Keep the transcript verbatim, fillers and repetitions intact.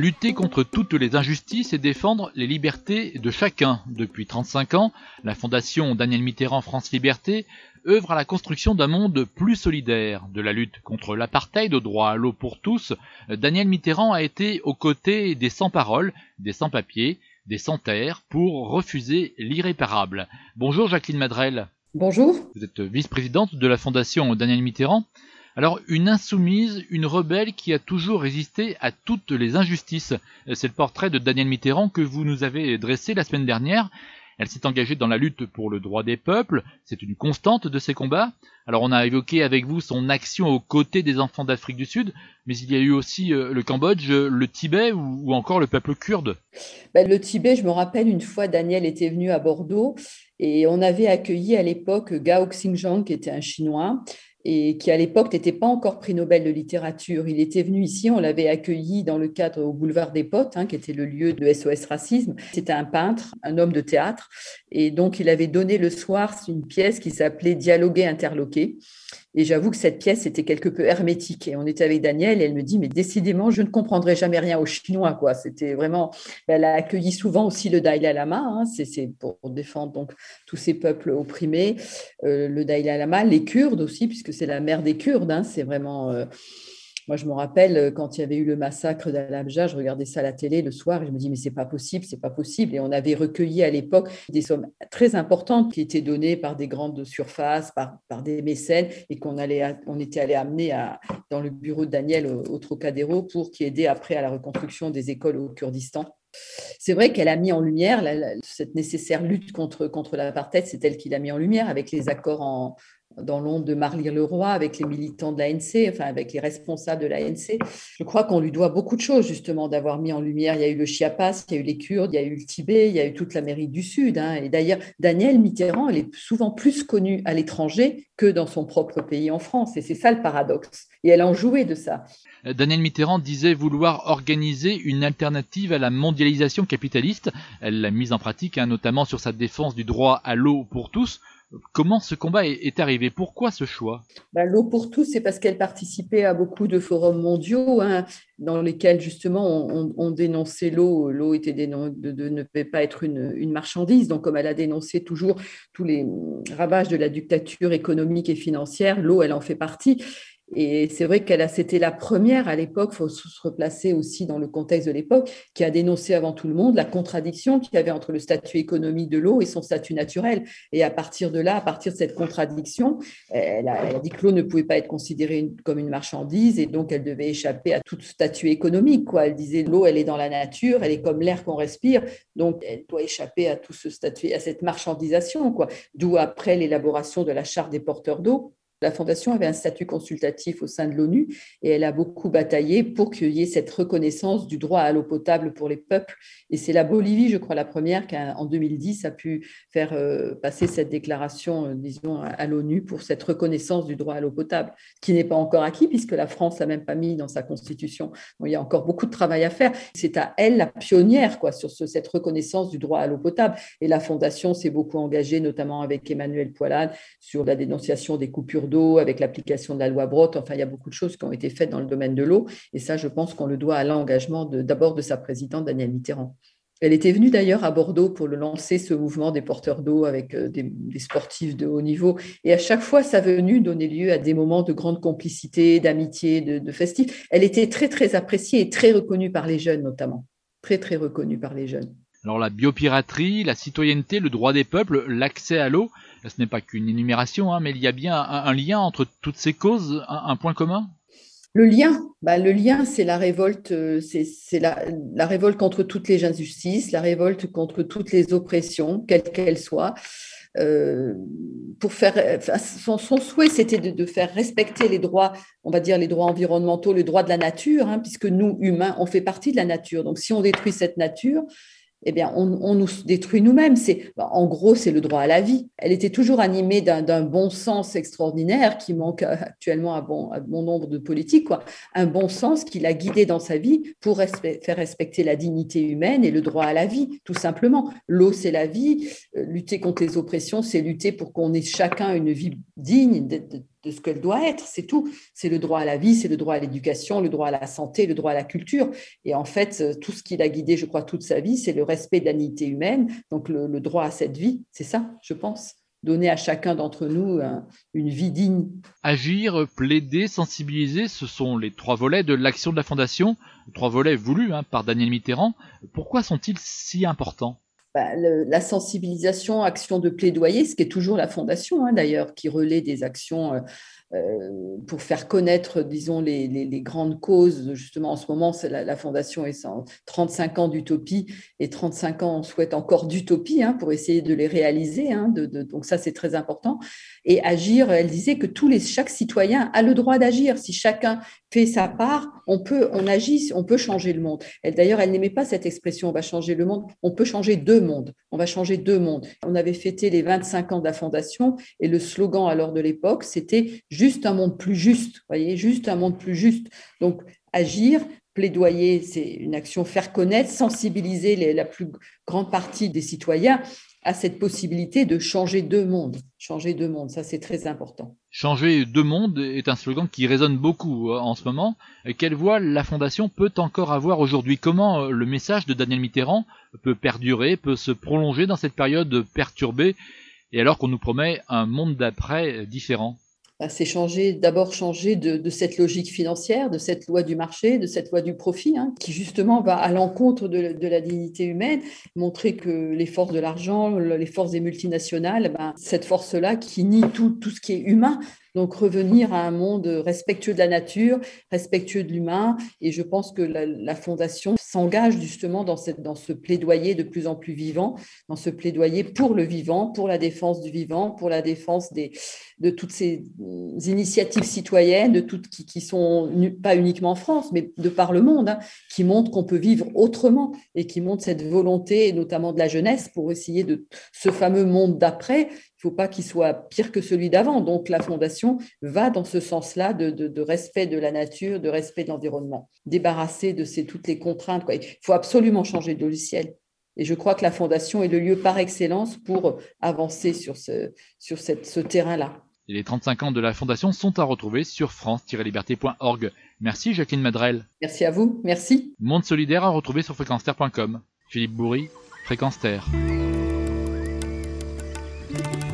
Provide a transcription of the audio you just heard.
Lutter contre toutes les injustices et défendre les libertés de chacun. Depuis trente-cinq ans, la Fondation Danielle Mitterrand France Liberté œuvre à la construction d'un monde plus solidaire. De la lutte contre l'apartheid au droit à l'eau pour tous, Danielle Mitterrand a été aux côtés des sans-paroles, des sans-papiers, des sans-terre pour refuser l'irréparable. Bonjour Jacqueline Madrel. Bonjour. Vous êtes vice-présidente de la Fondation Danielle Mitterrand. Alors, une insoumise, une rebelle qui a toujours résisté à toutes les injustices. C'est le portrait de Danielle Mitterrand que vous nous avez dressé la semaine dernière. Elle s'est engagée dans la lutte pour le droit des peuples. C'est une constante de ses combats. Alors, on a évoqué avec vous son action aux côtés des enfants d'Afrique du Sud, mais il y a eu aussi le Cambodge, le Tibet ou, ou encore le peuple kurde. Ben, le Tibet, je me rappelle, une fois, Daniel était venu à Bordeaux et on avait accueilli à l'époque Gao Xingjiang, qui était un Chinois, et qui à l'époque n'était pas encore prix Nobel de littérature. Il était venu ici, on l'avait accueilli dans le cadre au boulevard des Potes, hein, qui était le lieu de S O S Racisme. C'était un peintre, un homme de théâtre, et donc il avait donné le soir une pièce qui s'appelait Dialoguer, interloquer. Et j'avoue que cette pièce était quelque peu hermétique. Et on était avec Danielle et elle me dit, mais décidément, je ne comprendrai jamais rien au chinois, quoi. C'était vraiment. Elle a accueilli souvent aussi le Dalai Lama. Hein. C'est, c'est pour défendre donc tous ces peuples opprimés. Euh, le Dalai Lama, les Kurdes aussi, puisque c'est la mère des Kurdes. Hein. C'est vraiment. Euh, Moi, je me rappelle quand il y avait eu le massacre d'Al-Habja, je regardais ça à la télé le soir et je me dis mais c'est pas possible, c'est pas possible. Et on avait recueilli à l'époque des sommes très importantes qui étaient données par des grandes surfaces, par, par des mécènes et qu'on allait, on était allé amener à, dans le bureau de Daniel au, au Trocadéro pour qui aidait après à la reconstruction des écoles au Kurdistan. C'est vrai qu'elle a mis en lumière la, la, cette nécessaire lutte contre, contre l'apartheid, c'est elle qui l'a mis en lumière avec les accords en, dans l'ombre de Marly-le-Roi, avec les militants de l'A N C, enfin avec les responsables de l'A N C. Je crois qu'on lui doit beaucoup de choses, justement, d'avoir mis en lumière. Il y a eu le Chiapas, il y a eu les Kurdes, il y a eu le Tibet, il y a eu toute l'Amérique du Sud. Hein. Et d'ailleurs, Danielle Mitterrand, elle est souvent plus connue à l'étranger que dans son propre pays en France. Et c'est ça le paradoxe. Et elle en jouait de ça. Danielle Mitterrand disait vouloir organiser une alternative à la mondialisation capitaliste. Elle l'a mise en pratique, hein, notamment sur sa défense du droit à l'eau pour tous. Comment ce combat est arrivé? Pourquoi ce choix? Ben, l'eau pour tous, c'est parce qu'elle participait à beaucoup de forums mondiaux, hein, dans lesquels justement on, on, on dénonçait l'eau. L'eau était dénon- de, de, ne peut pas être une, une marchandise. Donc, comme elle a dénoncé toujours tous les ravages de la dictature économique et financière, l'eau, elle en fait partie. Et c'est vrai qu'elle a, c'était la première à l'époque, il faut se replacer aussi dans le contexte de l'époque, qui a dénoncé avant tout le monde la contradiction qu'il y avait entre le statut économique de l'eau et son statut naturel. Et à partir de là, à partir de cette contradiction, elle a, elle a dit que l'eau ne pouvait pas être considérée comme une marchandise et donc elle devait échapper à tout statut économique, quoi. Elle disait l'eau, elle est dans la nature, elle est comme l'air qu'on respire, donc elle doit échapper à tout ce statut, à cette marchandisation, quoi. D'où après l'élaboration de la charte des porteurs d'eau. La Fondation avait un statut consultatif au sein de l'ONU et elle a beaucoup bataillé pour qu'il y ait cette reconnaissance du droit à l'eau potable pour les peuples. Et c'est la Bolivie, je crois, la première qui, en deux mille dix, a pu faire passer cette déclaration, disons, à l'ONU pour cette reconnaissance du droit à l'eau potable, qui n'est pas encore acquis puisque la France l'a même pas mis dans sa constitution. Donc, il y a encore beaucoup de travail à faire. C'est à elle, la pionnière, quoi, sur ce, cette reconnaissance du droit à l'eau potable. Et la Fondation s'est beaucoup engagée, notamment avec Emmanuel Poilade, sur la dénonciation des coupures d'eau, avec l'application de la loi Brottes. Enfin, il y a beaucoup de choses qui ont été faites dans le domaine de l'eau. Et ça, je pense qu'on le doit à l'engagement de, d'abord de sa présidente, Danielle Mitterrand. Elle était venue d'ailleurs à Bordeaux pour le lancer, ce mouvement des porteurs d'eau avec des, des sportifs de haut niveau. Et à chaque fois, sa venue donnait lieu à des moments de grande complicité, d'amitié, de, de festif. Elle était très, très appréciée et très reconnue par les jeunes notamment. Très, très reconnue par les jeunes. Alors la biopiraterie, la citoyenneté, le droit des peuples, l'accès à l'eau, ce n'est pas qu'une énumération, hein, mais il y a bien un, un lien entre toutes ces causes, un, un point commun? Le lien, bah, le lien, c'est la révolte, c'est, c'est la, la révolte contre toutes les injustices, la révolte contre toutes les oppressions, quelles qu'elles soient. Euh, pour faire, son, son souhait, c'était de, de faire respecter les droits, on va dire les droits environnementaux, les droits de la nature, hein, puisque nous, humains, on fait partie de la nature. Donc, si on détruit cette nature, eh bien, on, on nous détruit nous-mêmes. C'est, en gros, c'est le droit à la vie. Elle était toujours animée d'un, d'un bon sens extraordinaire qui manque actuellement à bon, à bon nombre de politiques, quoi. Un bon sens qui l'a guidée dans sa vie pour respect, faire respecter la dignité humaine et le droit à la vie, tout simplement. L'eau, c'est la vie. Lutter contre les oppressions, c'est lutter pour qu'on ait chacun une vie digne, de ce qu'elle doit être, c'est tout. C'est le droit à la vie, c'est le droit à l'éducation, le droit à la santé, le droit à la culture. Et en fait, tout ce qui l'a guidé, je crois, toute sa vie, c'est le respect de la dignité humaine, donc le, le droit à cette vie, c'est ça, je pense. Donner à chacun d'entre nous un, une vie digne. Agir, plaider, sensibiliser, ce sont les trois volets de l'action de la Fondation, trois volets voulus hein, par Danielle Mitterrand. Pourquoi sont-ils si importants ? Bah, le, la sensibilisation, action de plaidoyer, ce qui est toujours la Fondation hein, d'ailleurs, qui relaie des actions euh, euh, pour faire connaître, disons, les, les, les grandes causes. Justement, en ce moment, c'est la, la Fondation est en trente-cinq ans d'utopie et trente-cinq ans, on souhaite encore d'utopie hein, pour essayer de les réaliser. Hein, de, de, donc ça, c'est très important. Et agir, elle disait que tous les, chaque citoyen a le droit d'agir. Si chacun fait sa part, on peut, on agit, on peut changer le monde. Elle, d'ailleurs, elle n'aimait pas cette expression, on va changer le monde, on peut changer deux mondes. On va changer deux mondes. On avait fêté les vingt-cinq ans de la Fondation et le slogan alors de l'époque, c'était juste un monde plus juste. Vous voyez, juste un monde plus juste. Donc, agir, plaidoyer, c'est une action, faire connaître, sensibiliser les, la plus grande partie des citoyens à cette possibilité de changer deux mondes. Changer deux mondes, ça c'est très important. Changer deux mondes est un slogan qui résonne beaucoup en ce moment. Quelle voix la Fondation peut encore avoir aujourd'hui ? Comment le message de Danielle Mitterrand peut perdurer, peut se prolonger dans cette période perturbée, et alors qu'on nous promet un monde d'après différent ? C'est changer, d'abord changer de, de cette logique financière, de cette loi du marché, de cette loi du profit, hein, qui justement va à l'encontre de, de la dignité humaine, montrer que les forces de l'argent, les forces des multinationales, ben, cette force-là qui nie tout, tout ce qui est humain. Donc revenir à un monde respectueux de la nature, respectueux de l'humain. Et je pense que la, la Fondation s'engage justement dans, cette, dans ce plaidoyer de plus en plus vivant, dans ce plaidoyer pour le vivant, pour la défense du vivant, pour la défense des, de toutes ces initiatives citoyennes, de toutes qui, qui sont pas uniquement en France, mais de par le monde, hein, qui montrent qu'on peut vivre autrement et qui montrent cette volonté, et notamment de la jeunesse, pour essayer de ce fameux monde d'après. Il ne faut pas qu'il soit pire que celui d'avant. Donc, la Fondation va dans ce sens-là de, de, de respect de la nature, de respect de l'environnement, débarrasser de ces, toutes les contraintes, quoi. Il faut absolument changer de logiciel. Et je crois que la Fondation est le lieu par excellence pour avancer sur ce, sur cette, ce terrain-là. Et les trente-cinq ans de la Fondation sont à retrouver sur france tiret liberté point org. Merci Jacqueline Madrel. Merci à vous, merci. Monde solidaire à retrouver sur fréquence terre point com. Philippe Bourry, Fréquence Terre.